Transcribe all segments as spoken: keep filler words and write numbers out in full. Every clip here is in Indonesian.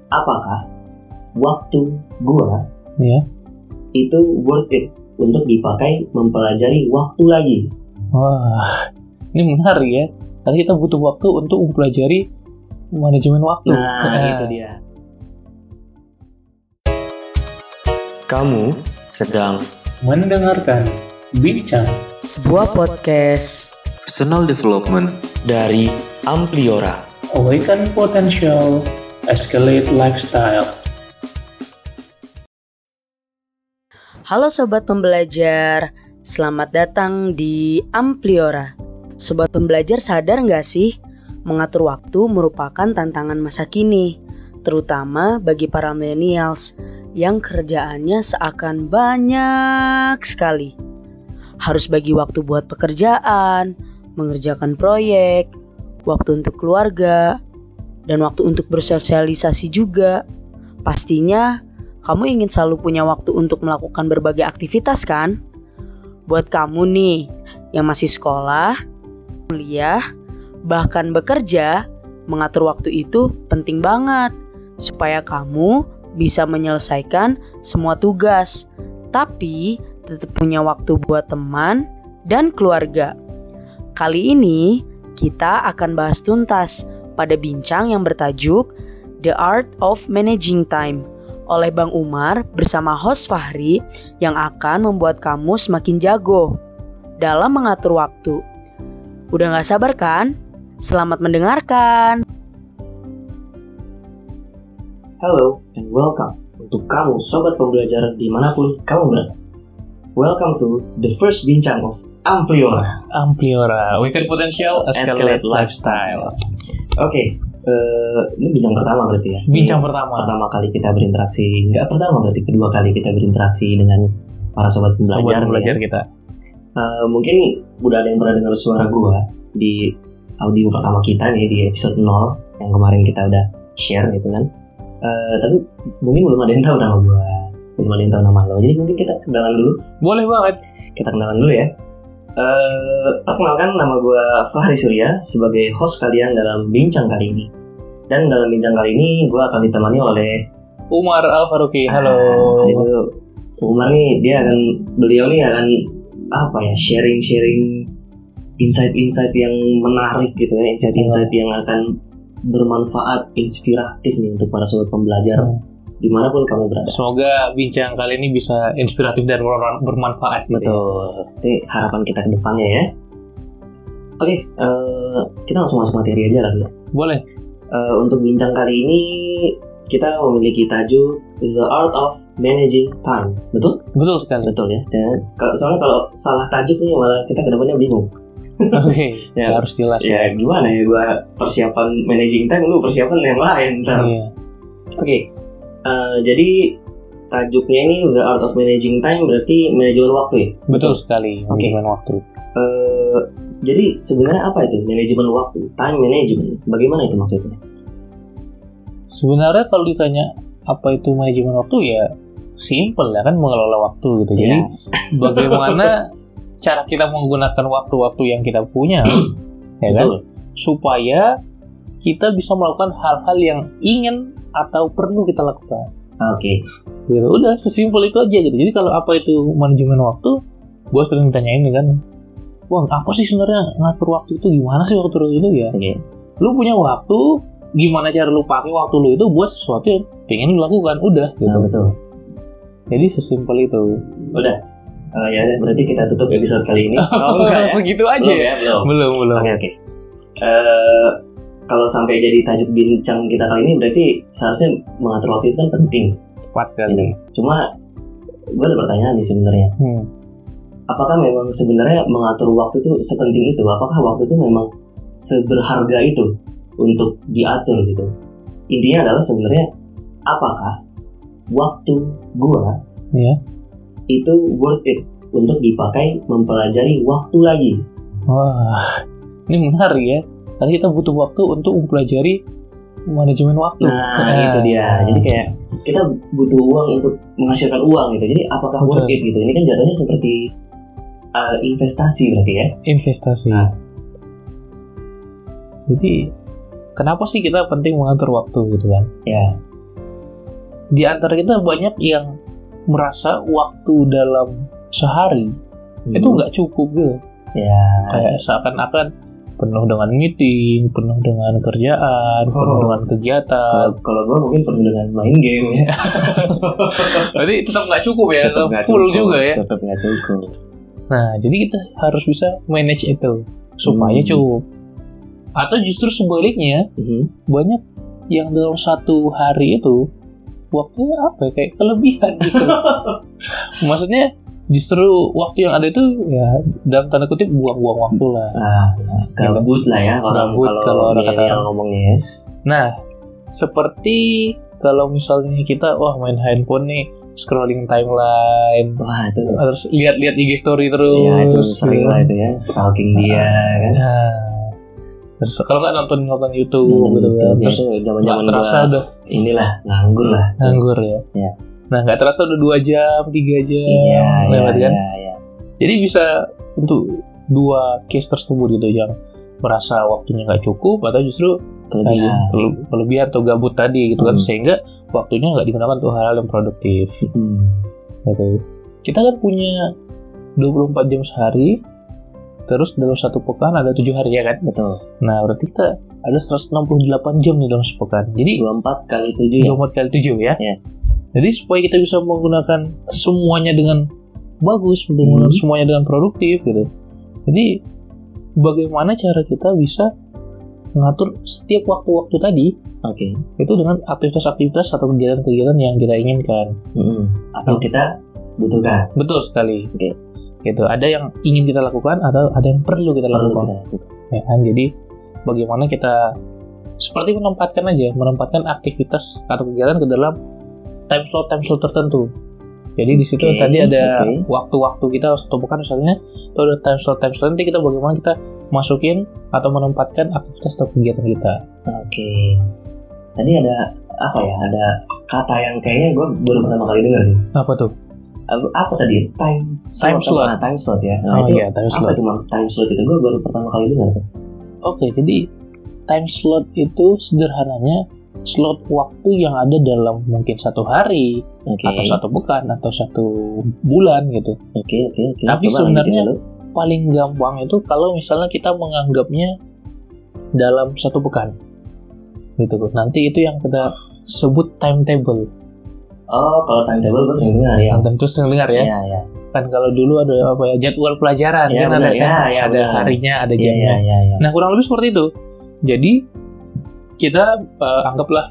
apakah waktu gua ya itu worth it untuk dipakai mempelajari waktu lagi? Wah, ini menarik ya. Karena kita butuh waktu untuk mempelajari manajemen waktu. Nah, nah. itu dia. Kamu sedang mendengarkan Bincang, sebuah podcast personal development dari Ampliora. Awaken Potential, Escalate Lifestyle. Halo Sobat Pembelajar, selamat datang di Ampliora. Sobat Pembelajar sadar gak sih, mengatur waktu merupakan tantangan masa kini, terutama bagi para millennials yang kerjaannya seakan banyak sekali. Harus bagi waktu buat pekerjaan, mengerjakan proyek, waktu untuk keluarga, dan waktu untuk bersosialisasi juga. Pastinya kamu ingin selalu punya waktu untuk melakukan berbagai aktivitas kan? Buat kamu nih yang masih sekolah, kuliah, bahkan bekerja, mengatur waktu itu penting banget supaya kamu bisa menyelesaikan semua tugas, tapi tetap punya waktu buat teman dan keluarga. Kali ini kita akan bahas tuntas pada bincang yang bertajuk The Art of Managing Time oleh Bang Umar bersama host Fahri yang akan membuat kamu semakin jago dalam mengatur waktu. Udah gak sabar kan? Selamat mendengarkan. Halo and welcome untuk kamu Sobat Pembelajar dimanapun kamu berada. Welcome to the first bincang of Ampliora. Ampliora, Awaken Potential, Escalate, Escalate Lifestyle. Oke, okay, uh, ini bincang pertama berarti ya? Bincang ini pertama. Pertama kali kita berinteraksi, nggak pertama berarti kedua kali kita berinteraksi dengan para sobat pembelajar. Sobat pembelajar ya. kita. Uh, mungkin udah ada yang pernah dengar suara gua di audio pertama kita nih di episode nol yang kemarin kita udah share gitu kan. Uh, tapi mungkin belum ada yang tahu nama gua, belum ada yang tahu nama lo. Jadi mungkin kita kenalan dulu. Boleh banget. Kita kenalan dulu ya. Uh, perkenalkan, nama gue Fahri Surya sebagai host kalian dalam bincang kali ini. Dan dalam bincang kali ini gue akan ditemani oleh Umar Al-Faruqi. Halo. Nah, itu Umar nih, dia akan beliau nih akan apa ya, sharing-sharing insight-insight yang menarik gitu ya, insight-insight yang akan bermanfaat, inspiratif nih untuk para sobat pembelajar hmm. dimanapun kamu berada. Semoga bincang kali ini bisa inspiratif dan bermanfaat. Betul. Ini harapan kita ke depannya ya. Oke, okay, uh, kita langsung masuk materi aja kali ya. Boleh. Uh, untuk bincang kali ini kita memiliki tajuk The Art of Managing Time. Betul? Betul sekali. Betul ya. Dan kalau soalnya kalau salah tajuk nih malah kita ke depannya bingung. Oke, okay, ya, harus jelas. Ya, gimana ya, gua persiapan managing time, lu persiapan yang lain. Iya. Oke. Okay. Uh, jadi tajuknya ini The Art of Managing Time, berarti manajemen waktu ya? Betul sekali, manajemen okay. waktu. Uh, jadi sebenarnya apa itu manajemen waktu? Time management, bagaimana itu maksudnya? Sebenarnya kalau ditanya apa itu manajemen waktu ya simple ya kan, mengelola waktu gitu. Jadi yeah. bagaimana cara kita menggunakan waktu-waktu yang kita punya, ya kan? Supaya kita bisa melakukan hal-hal yang ingin atau perlu kita lakukan. Oke. Okay. Ya udah, sesimpel itu aja gitu. Jadi kalau apa itu manajemen waktu, gue sering ditanyain nih kan, wah apa sih sebenarnya ngatur waktu itu, gimana sih waktu itu ya? Oke. Okay. Lu punya waktu, gimana cara lu pakai waktu lu itu buat sesuatu yang pengen lu lakukan, udah. Gitu. Nah, betul. Jadi sesimpel itu. Udah. Uh, ya berarti kita tutup episode kali ini. Oh, enggak ya? Begitu aja belum, ya? Belum. Belum, belum. Oke, okay, oke. Okay. Uh, kalau sampai jadi tajuk bincang kita kali ini berarti seharusnya mengatur waktu itu kan penting. Pas sekali. Cuma gue ada pertanyaan nih sebenarnya. Hmm. Apakah memang sebenarnya mengatur waktu itu sepenting itu? Apakah waktu itu memang seberharga itu untuk diatur gitu? Intinya adalah sebenarnya apakah waktu gue ya. itu worth it untuk dipakai mempelajari waktu lagi? Wah, ini menarik ya. Karena kita butuh waktu untuk mempelajari manajemen waktu. Nah, nah, itu dia. Jadi kayak kita butuh uang untuk menghasilkan uang gitu. Jadi apakah Betul. worth it gitu? Ini kan jatuhnya seperti uh, investasi berarti ya? Investasi. Nah. Jadi kenapa sih kita penting mengatur waktu gitu kan? Ya. di antara kita banyak yang merasa waktu dalam sehari hmm. itu nggak cukup gitu. Ya. Kayak seakan-akan penuh dengan meeting, penuh dengan kerjaan, oh. penuh dengan kegiatan. Kalau gue mungkin penuh dengan main game ya. Berarti tetap nggak cukup ya, tetap gak full cukup, juga ya. Tetap nggak cukup. Nah, jadi kita harus bisa manage itu supaya hmm. cukup. Atau justru sebaliknya, hmm. banyak yang dalam satu hari itu waktunya apa ya, kayak kelebihan justru. Maksudnya justru waktu yang ada itu ya dalam tanda kutip buang-buang waktu lah. Ah, gabut lah ya orang kalau, kalau orang kata yang ngomongnya ya. Nah, seperti kalau misalnya kita wah main handphone nih, scrolling timeline, wah itu terus lihat-lihat I G story terus. Iya itu sering lah itu ya, stalking dia kan. Nah, terus kalau nggak nonton nonton YouTube hmm, gitu kan, terus zaman-zaman terasa udah inilah nganggur lah. Nganggur ya. Ya. Nah nggak terasa udah dua jam, tiga jam iya, lewat iya, kan. Iya, iya. Jadi bisa untuk dua case tersebut gitu, yang merasa waktunya nggak cukup atau justru kelebihan, kele- kelebihan atau gabut tadi gitu hmm. kan, sehingga waktunya nggak digunakan untuk hal-hal yang produktif. Hmm. Gitu. Kita kan punya dua puluh empat jam sehari. Terus dalam satu pekan ada tujuh hari ya kan? Betul. Nah berarti kita ada seratus enam puluh delapan jam nih dalam sepekan. Jadi dua puluh empat kali tujuh ya? dua puluh empat kali tujuh ya? Ya. Jadi supaya kita bisa menggunakan semuanya dengan bagus, menggunakan hmm. semuanya dengan produktif gitu. Jadi bagaimana cara kita bisa mengatur setiap waktu-waktu tadi? Oke. Okay. Itu dengan aktivitas-aktivitas atau kegiatan-kegiatan yang kita inginkan. Hmm. Atau kita butuhkan. Betul sekali. Oke. Okay. Gitu, ada yang ingin kita lakukan atau ada yang perlu kita lakukan. Perlu kita. Ya kan, jadi bagaimana kita seperti menempatkan aja, menempatkan aktivitas atau kegiatan ke dalam time slot time slot tertentu. Jadi di situ okay, tadi ada okay. waktu-waktu kita atau bukan misalnya itu ada time slot time slot, nanti kita bagaimana kita masukin atau menempatkan aktivitas atau kegiatan kita. Oke. Okay. Tadi ada apa ya? Ada kata yang kayaknya gue baru pertama kali dengar nih. Apa tuh? Apa tadi? Time slot. Time slot, nah, time slot ya. Nah, oh itu iya, time slot. Apa cuma time slot itu? Gue baru pertama kali dengar. Oke, okay, jadi time slot itu sederhananya slot waktu yang ada dalam mungkin satu hari, okay. atau satu pekan, atau satu bulan gitu. Oke, okay, oke, okay, oke. Okay. Tapi coba sebenarnya paling gampang itu kalau misalnya kita menganggapnya dalam satu pekan, gitu. Nanti itu yang kita sebut timetable. Oh, kalau timetable gue sering dengar ya. Tentu sering dengar ya. Iya, iya. Kan kalau dulu ada apa ya, jadwal pelajaran ya, kan ada ya, kan, ya, ada benar. harinya, ada jamnya. Ya, ya, ya, ya. Nah, kurang lebih seperti itu. Jadi kita uh, anggaplah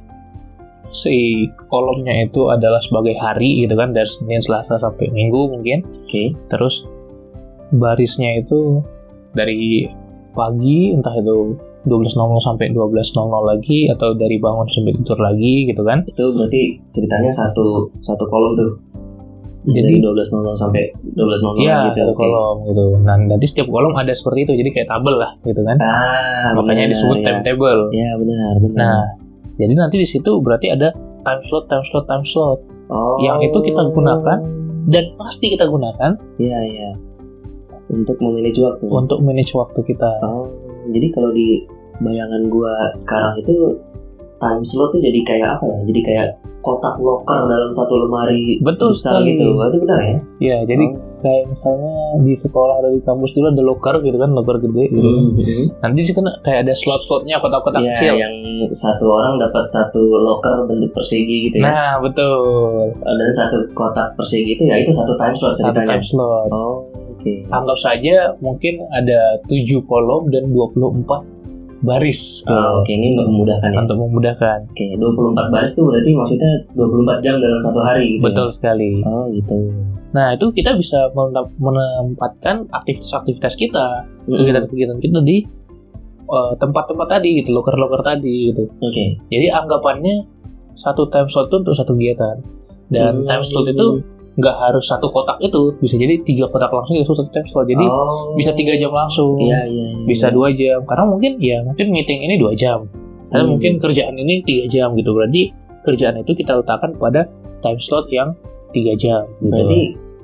si kolomnya itu adalah sebagai hari gitu kan, dari Senin, Selasa sampai Minggu mungkin. Oke. Okay. Terus barisnya itu dari pagi entah itu dua belas nol nol sampai dua belas nol nol lagi, atau dari bangun sampai tidur lagi gitu kan. Itu berarti ceritanya satu satu kolom tuh. Jadi dari dua belas nol nol sampai dua belas nol nol ya, gitu. Satu okay. kolom gitu. Nah, nanti setiap kolom ada seperti itu. Jadi kayak tabel lah gitu kan. Ah, makanya benar, disebut ya. timetable. Iya, benar, benar. Nah, jadi nanti di situ berarti ada time slot, time slot, time slot. Oh. Yang itu kita gunakan dan pasti kita gunakan. Iya, iya. Untuk memanage waktu. Untuk manage waktu kita. Oh, jadi kalau di bayangan gua sekarang itu time slot tuh jadi kayak apa ya? Jadi kayak kotak loker dalam satu lemari. Betul besar sekali. Gitu. Itu benar ya? Ya, jadi oh. kayak misalnya di sekolah atau di kampus dulu ada loker gitu kan, loker gede gitu. Mm-hmm. Nanti sih kan kayak ada slot-slotnya, kotak-kotak ya, kecil. Yang satu orang dapat satu loker bentuk persegi gitu ya. Nah, betul. Dan satu kotak persegi itu ya itu satu time slot ceritanya. Satu time slot. Oh, oke. Okay. Anggap saja mungkin ada tujuh kolom dan dua puluh empat baris. Oh, oke, okay. Ini untuk memudahkan ya. Untuk memudahkan. Oke, okay. dua puluh empat baris itu berarti maksudnya dua puluh empat jam dalam satu hari gitu. Betul ya? Sekali. Oh, gitu. Nah, itu kita bisa menempatkan aktivitas-aktivitas kita, mm-hmm. kegiatan-kegiatan kita di uh, tempat-tempat tadi gitu, loker-loker tadi gitu. Oke. Okay. Jadi anggapannya satu time slot itu untuk satu kegiatan. Dan mm-hmm. time slot itu nggak harus satu kotak itu, bisa jadi tiga kotak langsung itu satu time slot. Jadi oh. bisa tiga jam langsung, iya, iya, iya. bisa dua jam. Karena mungkin ya mungkin meeting ini dua jam, atau hmm. mungkin kerjaan ini tiga jam gitu. Berarti kerjaan itu kita letakkan pada time slot yang tiga jam. Gitu. Berarti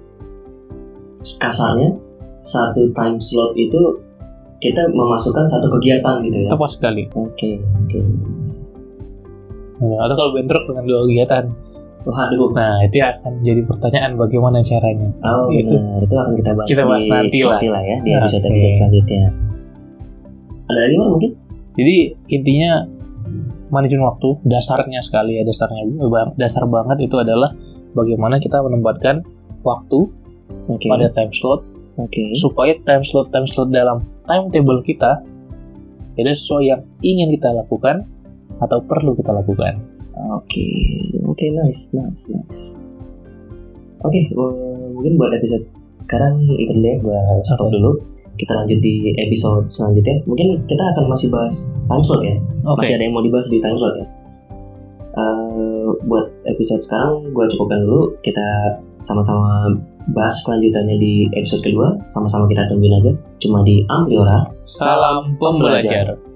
kasarnya satu time slot itu kita memasukkan satu kegiatan gitu ya? Tepat sekali. Oke, okay, oke. Okay. Nah, atau kalau bentrok dengan dua kegiatan. Waduh. Nah, itu akan jadi pertanyaan bagaimana caranya. Oh, itu, benar. Itu akan kita bahas, kita bahas di, nanti lah. lah ya di Nah, episode okay. selanjutnya. Ada lagi Mar, mungkin? Jadi intinya manajemen waktu dasarnya sekali ya dasarnya dasar banget itu adalah bagaimana kita menempatkan waktu okay. pada time slot, okay. supaya time slot time slot dalam timetable kita itu sesuai yang ingin kita lakukan atau perlu kita lakukan. Oke, okay. oke, okay, nice, nice, nice. Oke, okay, uh, mungkin buat episode sekarang itu deh, gue stop okay. dulu. Kita lanjut di episode selanjutnya. Mungkin kita akan masih bahas time slot ya. Okay. Masih ada yang mau dibahas di time slot ya. Uh, buat episode sekarang gue cukupkan dulu. Kita sama-sama bahas kelanjutannya di episode kedua. Sama-sama kita tungguin aja. Cuma di Ampliora. Salam pembelajar.